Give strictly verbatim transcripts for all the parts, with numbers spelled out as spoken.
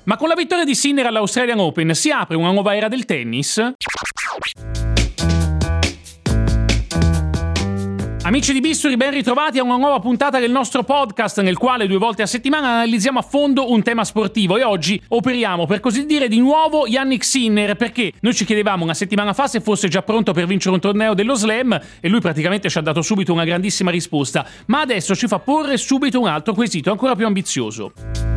Ma con la vittoria di Sinner all'Australian Open si apre una nuova era del tennis? Amici di Bisturi, ben ritrovati a una nuova puntata del nostro podcast nel quale due volte a settimana analizziamo a fondo un tema sportivo, e oggi operiamo per così dire di nuovo Jannik Sinner, perché noi ci chiedevamo una settimana fa se fosse già pronto per vincere un torneo dello Slam e lui praticamente ci ha dato subito una grandissima risposta, ma adesso ci fa porre subito un altro quesito ancora più ambizioso.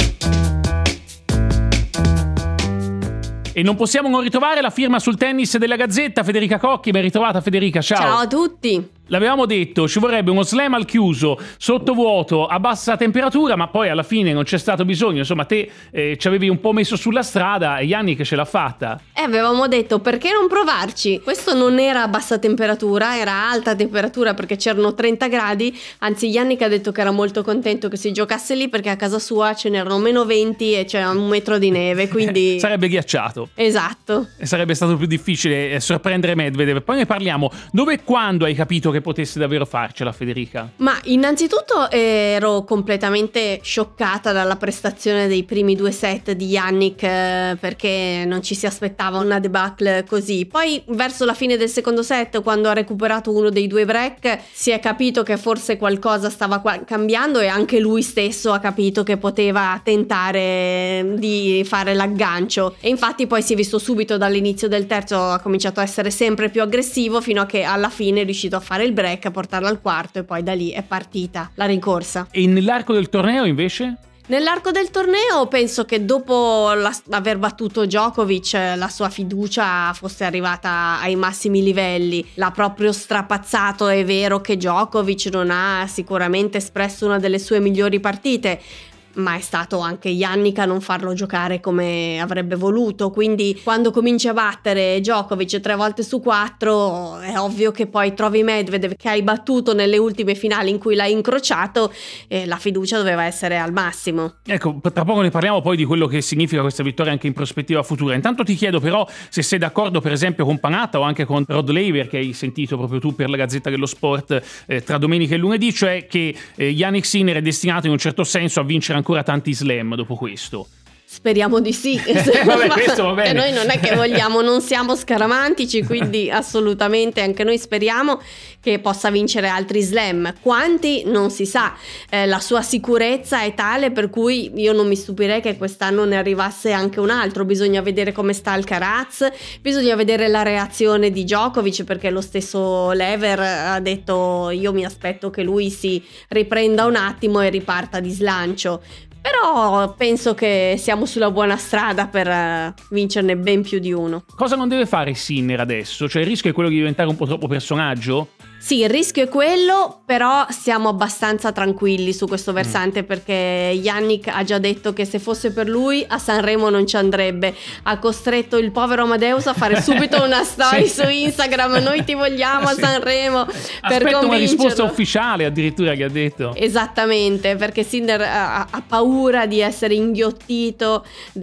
E non possiamo non ritrovare la firma sul tennis della Gazzetta, Federica Cocchi. Ben ritrovata Federica, ciao. Ciao a tutti. L'avevamo detto, ci vorrebbe uno slam al chiuso, sottovuoto, a bassa temperatura, ma poi alla fine non c'è stato bisogno. Insomma, te eh, ci avevi un po' messo sulla strada e Jannik ce l'ha fatta. E avevamo detto, perché non provarci? Questo non era a bassa temperatura, era a alta temperatura perché c'erano trenta gradi. Anzi, Jannik ha detto che era molto contento che si giocasse lì perché a casa sua ce n'erano meno venti e c'era un metro di neve, quindi... sarebbe ghiacciato. Esatto. E sarebbe stato più difficile sorprendere Medvedev. Poi ne parliamo. Dove e quando hai capito che potesse davvero farcela, Federica? Ma innanzitutto ero completamente scioccata dalla prestazione dei primi due set di Jannik, eh, perché non ci si aspettava una debacle così. Poi verso la fine del secondo set, quando ha recuperato uno dei due break, si è capito che forse qualcosa stava qua- cambiando e anche lui stesso ha capito che poteva tentare di fare l'aggancio, e infatti poi si è visto subito dall'inizio del terzo, ha cominciato a essere sempre più aggressivo fino a che alla fine è riuscito a fare il break, a portarlo al quarto, e poi da lì è partita la rincorsa. E nell'arco del torneo invece? Nell'arco del torneo penso che dopo la, aver battuto Djokovic la sua fiducia fosse arrivata ai massimi livelli. L'ha proprio strapazzato. È vero che Djokovic non ha sicuramente espresso una delle sue migliori partite, ma è stato anche Jannik a non farlo giocare come avrebbe voluto, quindi quando cominci a battere Djokovic tre volte su quattro è ovvio che poi trovi Medvedev che hai battuto nelle ultime finali in cui l'hai incrociato, e la fiducia doveva essere al massimo. Ecco, tra poco ne parliamo poi di quello che significa questa vittoria anche in prospettiva futura. Intanto ti chiedo però se sei d'accordo per esempio con Panatta o anche con Rod Laver, che hai sentito proprio tu per la Gazzetta dello Sport eh, tra domenica e lunedì, cioè che eh, Jannik Sinner è destinato in un certo senso a vincere ancora ancora tanti slam dopo questo. Speriamo di sì. Vabbè, questo va bene. E noi non è che vogliamo, non siamo scaramantici, quindi assolutamente anche noi speriamo che possa vincere altri slam. Quanti non si sa, eh, la sua sicurezza è tale per cui io non mi stupirei che quest'anno ne arrivasse anche un altro. Bisogna vedere come sta Alcaraz, bisogna vedere la reazione di Djokovic, perché lo stesso Lever ha detto io mi aspetto che lui si riprenda un attimo e riparta di slancio. Però penso che siamo sulla buona strada per uh, vincerne ben più di uno. Cosa non deve fare Sinner adesso? Cioè il rischio è quello di diventare un po' troppo personaggio? Sì, il rischio è quello, però siamo abbastanza tranquilli su questo versante, mm. perché Jannik ha già detto che se fosse per lui a Sanremo non ci andrebbe. Ha costretto il povero Amadeus a fare subito una story sì. su Instagram, noi ti vogliamo sì. a Sanremo, Aspetta per convincerlo. Una risposta ufficiale addirittura che ha detto. Esattamente, perché Sinner ha, ha paura di essere inghiottito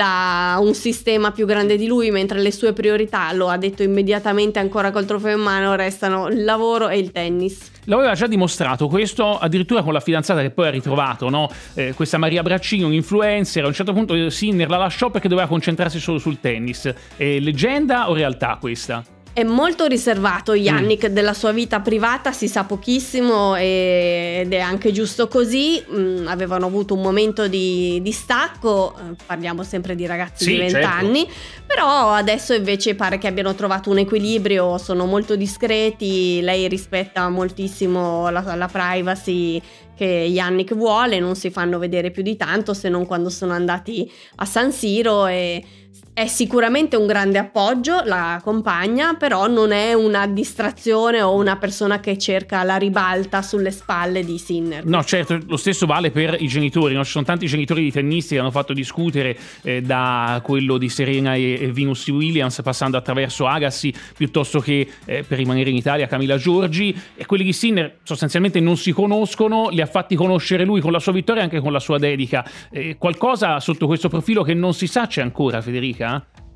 da un sistema più grande di lui, mentre le sue priorità, lo ha detto immediatamente ancora col trofeo in mano, restano il lavoro e il tennis. L'aveva già dimostrato questo addirittura con la fidanzata che poi ha ritrovato, no? Eh, questa Maria Braccini, un influencer. A un certo punto Sinner la lasciò perché doveva concentrarsi solo sul tennis. È leggenda o realtà questa? È molto riservato Jannik, mm. della sua vita privata si sa pochissimo ed è anche giusto così. Mm, avevano avuto un momento di, di stacco, parliamo sempre di ragazzi sì, di venti anni, certo. Però adesso invece pare che abbiano trovato un equilibrio, sono molto discreti, lei rispetta moltissimo la, la privacy che Jannik vuole, non si fanno vedere più di tanto se non quando sono andati a San Siro, e è sicuramente un grande appoggio la compagna, però non è una distrazione o una persona che cerca la ribalta sulle spalle di Sinner. No, certo, lo stesso vale per i genitori, no? Ci sono tanti genitori di tennisti che hanno fatto discutere eh, da quello di Serena e, e Venus Williams, passando attraverso Agassi, piuttosto che eh, per rimanere in Italia Camila Giorgi, e quelli di Sinner sostanzialmente non si conoscono, li ha fatti conoscere lui con la sua vittoria e anche con la sua dedica. Eh, qualcosa sotto questo profilo che non si sa c'è ancora, Federica?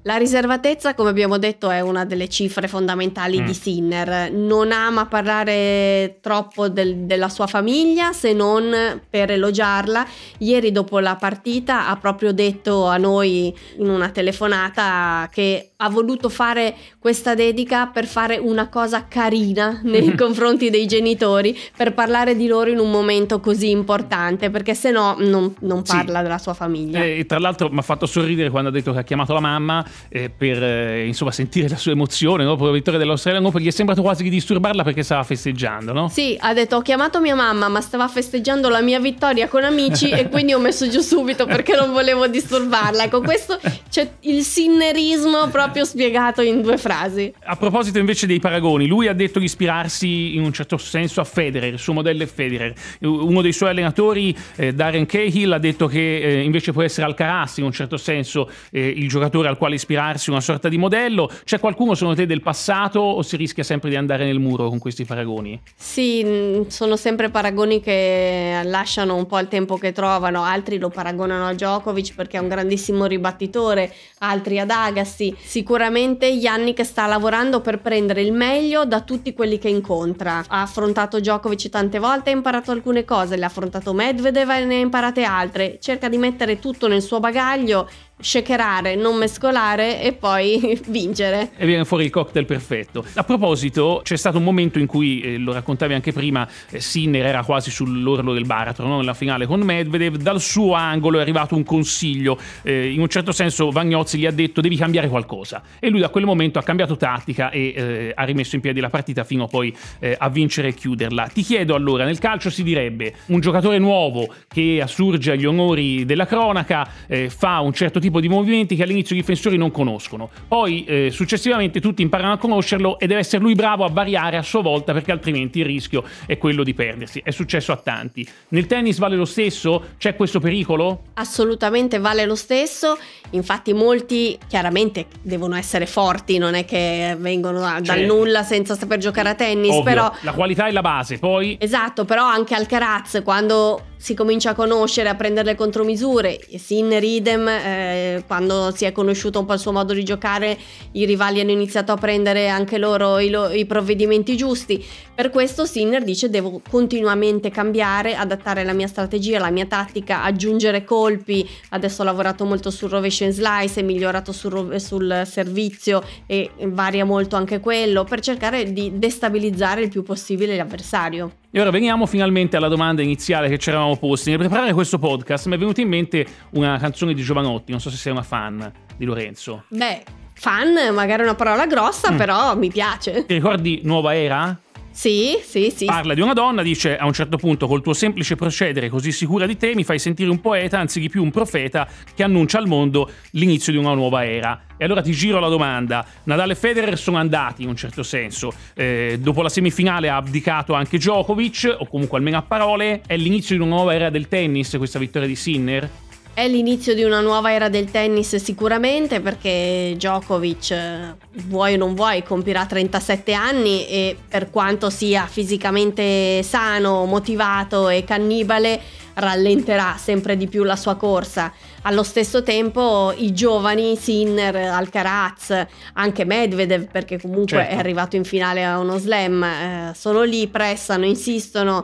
La riservatezza, come abbiamo detto, è una delle cifre fondamentali mm. di Sinner. Non ama parlare troppo del, della sua famiglia, se non per elogiarla. Ieri dopo la partita ha proprio detto a noi in una telefonata che ha voluto fare questa dedica per fare una cosa carina nei confronti dei genitori, per parlare di loro in un momento così importante, perché se no non, non parla sì. della sua famiglia. E tra l'altro mi ha fatto sorridere quando ha detto che ha chiamato la mamma eh, per eh, insomma sentire la sua emozione, no? Dopo la vittoria dell'Australian Open, gli è sembrato quasi di disturbarla perché stava festeggiando, no? Sì, ha detto: ho chiamato mia mamma ma stava festeggiando la mia vittoria con amici e quindi ho messo giù subito perché non volevo disturbarla. Ecco, questo c'è il sinnerismo proprio spiegato in due frasi. A proposito invece dei paragoni, lui ha detto di ispirarsi in un certo senso a Federer, il suo modello è Federer. Uno dei suoi allenatori, eh, Darren Cahill, ha detto che eh, invece può essere Alcaraz in un certo senso eh, il giocatore al quale ispirarsi, una sorta di modello. C'è qualcuno secondo te del passato o si rischia sempre di andare nel muro con questi paragoni? Sì, sono sempre paragoni che lasciano un po' il tempo che trovano. Altri lo paragonano a Djokovic perché è un grandissimo ribattitore, altri ad Agassi. Sicuramente Jannik sta lavorando per prendere il meglio da tutti quelli che incontra. Ha affrontato Djokovic tante volte, ha imparato alcune cose, l'ha affrontato Medvedev e ne ha imparate altre. Cerca di mettere tutto nel suo bagaglio, shakerare, non mescolare e poi vincere. E viene fuori il cocktail perfetto. A proposito, c'è stato un momento in cui, eh, lo raccontavi anche prima, eh, Sinner era quasi sull'orlo del baratro, no? Nella finale con Medvedev. Dal suo angolo è arrivato un consiglio, eh, in un certo senso Vagnozzi gli ha detto: devi cambiare qualcosa, e lui da quel momento ha cambiato tattica e eh, ha rimesso in piedi la partita fino poi eh, a vincere e chiuderla. Ti chiedo allora, nel calcio si direbbe un giocatore nuovo che assurge agli onori della cronaca eh, fa un certo tipo di movimenti che all'inizio i difensori non conoscono, poi eh, successivamente tutti imparano a conoscerlo e deve essere lui bravo a variare a sua volta, perché altrimenti il rischio è quello di perdersi. È successo a tanti. Nel tennis vale lo stesso? C'è questo pericolo? Assolutamente vale lo stesso. Infatti molti chiaramente devono essere forti, non è che vengono dal cioè, nulla senza saper giocare a tennis. Ovvio, però la qualità è la base, poi esatto, però anche Alcaraz, quando si comincia a conoscere, a prendere le contromisure, e Sinner idem, eh, quando si è conosciuto un po' il suo modo di giocare, i rivali hanno iniziato a prendere anche loro i, lo, i provvedimenti giusti. Per questo Sinner dice: devo continuamente cambiare, adattare la mia strategia, la mia tattica, aggiungere colpi. Adesso ho lavorato molto sul rovescio slice, è migliorato sul, sul servizio e varia molto anche quello, per cercare di destabilizzare il più possibile l'avversario. E ora veniamo finalmente alla domanda iniziale che ci eravamo posti. Nel preparare questo podcast mi è venuta in mente una canzone di Jovanotti, non so se sei una fan di Lorenzo. Beh, fan magari è una parola grossa, mm. però mi piace. Ti ricordi Nuova Era? Sì, sì, sì. Parla di una donna, dice a un certo punto: col tuo semplice procedere così sicura di te mi fai sentire un poeta, anzi di più un profeta che annuncia al mondo l'inizio di una nuova era. E allora ti giro la domanda: Nadal e Federer sono andati in un certo senso, eh, dopo la semifinale ha abdicato anche Djokovic, o comunque almeno a parole. È l'inizio di una nuova era del tennis questa vittoria di Sinner? È l'inizio di una nuova era del tennis sicuramente, perché Djokovic, vuoi o non vuoi, compirà trentasette anni e per quanto sia fisicamente sano, motivato e cannibale, rallenterà sempre di più la sua corsa. Allo stesso tempo i giovani, Sinner, Alcaraz, anche Medvedev, perché comunque certo. è arrivato in finale a uno slam, eh, sono lì, pressano, insistono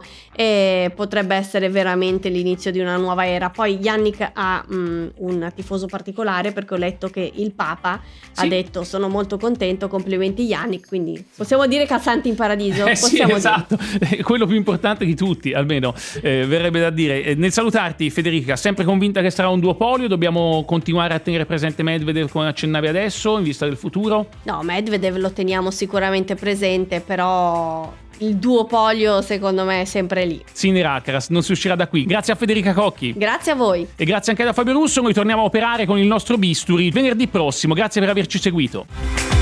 e potrebbe essere veramente l'inizio di una nuova era. Poi Jannik ha mh, un tifoso particolare, perché ho letto che il Papa sì. ha detto: sono molto contento, complimenti Jannik, quindi possiamo dire calzanti in paradiso. Eh sì, esatto, è quello più importante di tutti, almeno eh, verrebbe da dire. Eh, nel salutarti, Federica, sempre convinta che sarà un duopolio? Dobbiamo continuare a tenere presente Medvedev, come accennavi adesso, in vista del futuro? No, Medvedev lo teniamo sicuramente presente, però il duopolio secondo me è sempre lì. Sinner Alcaraz non si uscirà da qui. Grazie a Federica Cocchi. Grazie a voi. E grazie anche da Fabio Russo. Noi torniamo a operare con il nostro bisturi venerdì prossimo. Grazie per averci seguito.